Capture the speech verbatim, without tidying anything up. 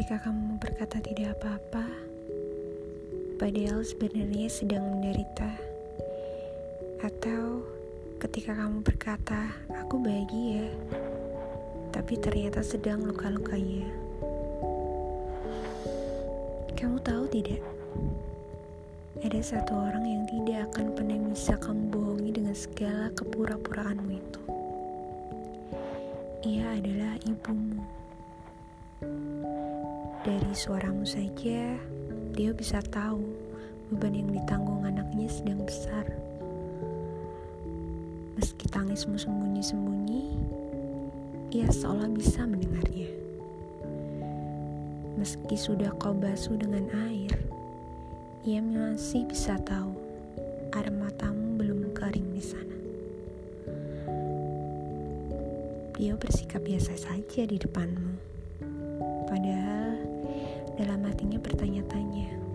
Ketika kamu berkata tidak apa-apa, padahal sebenarnya sedang menderita. Atau ketika kamu berkata, aku bahagia, tapi ternyata sedang luka-lukanya. Kamu tahu tidak? Ada satu orang yang tidak akan pernah bisa kamu bohongi dengan segala kepura-puraanmu itu. Ia adalah ibumu. Dari suaramu saja, dia bisa tahu beban yang ditanggung anaknya sedang besar. Meski tangismu sembunyi-sembunyi, ia seolah bisa mendengarnya. Meski sudah kau basuh dengan air, ia masih bisa tahu air matamu belum kering di sana. Dia bersikap biasa saja di depanmu, padahal dalam hatinya bertanya-tanya,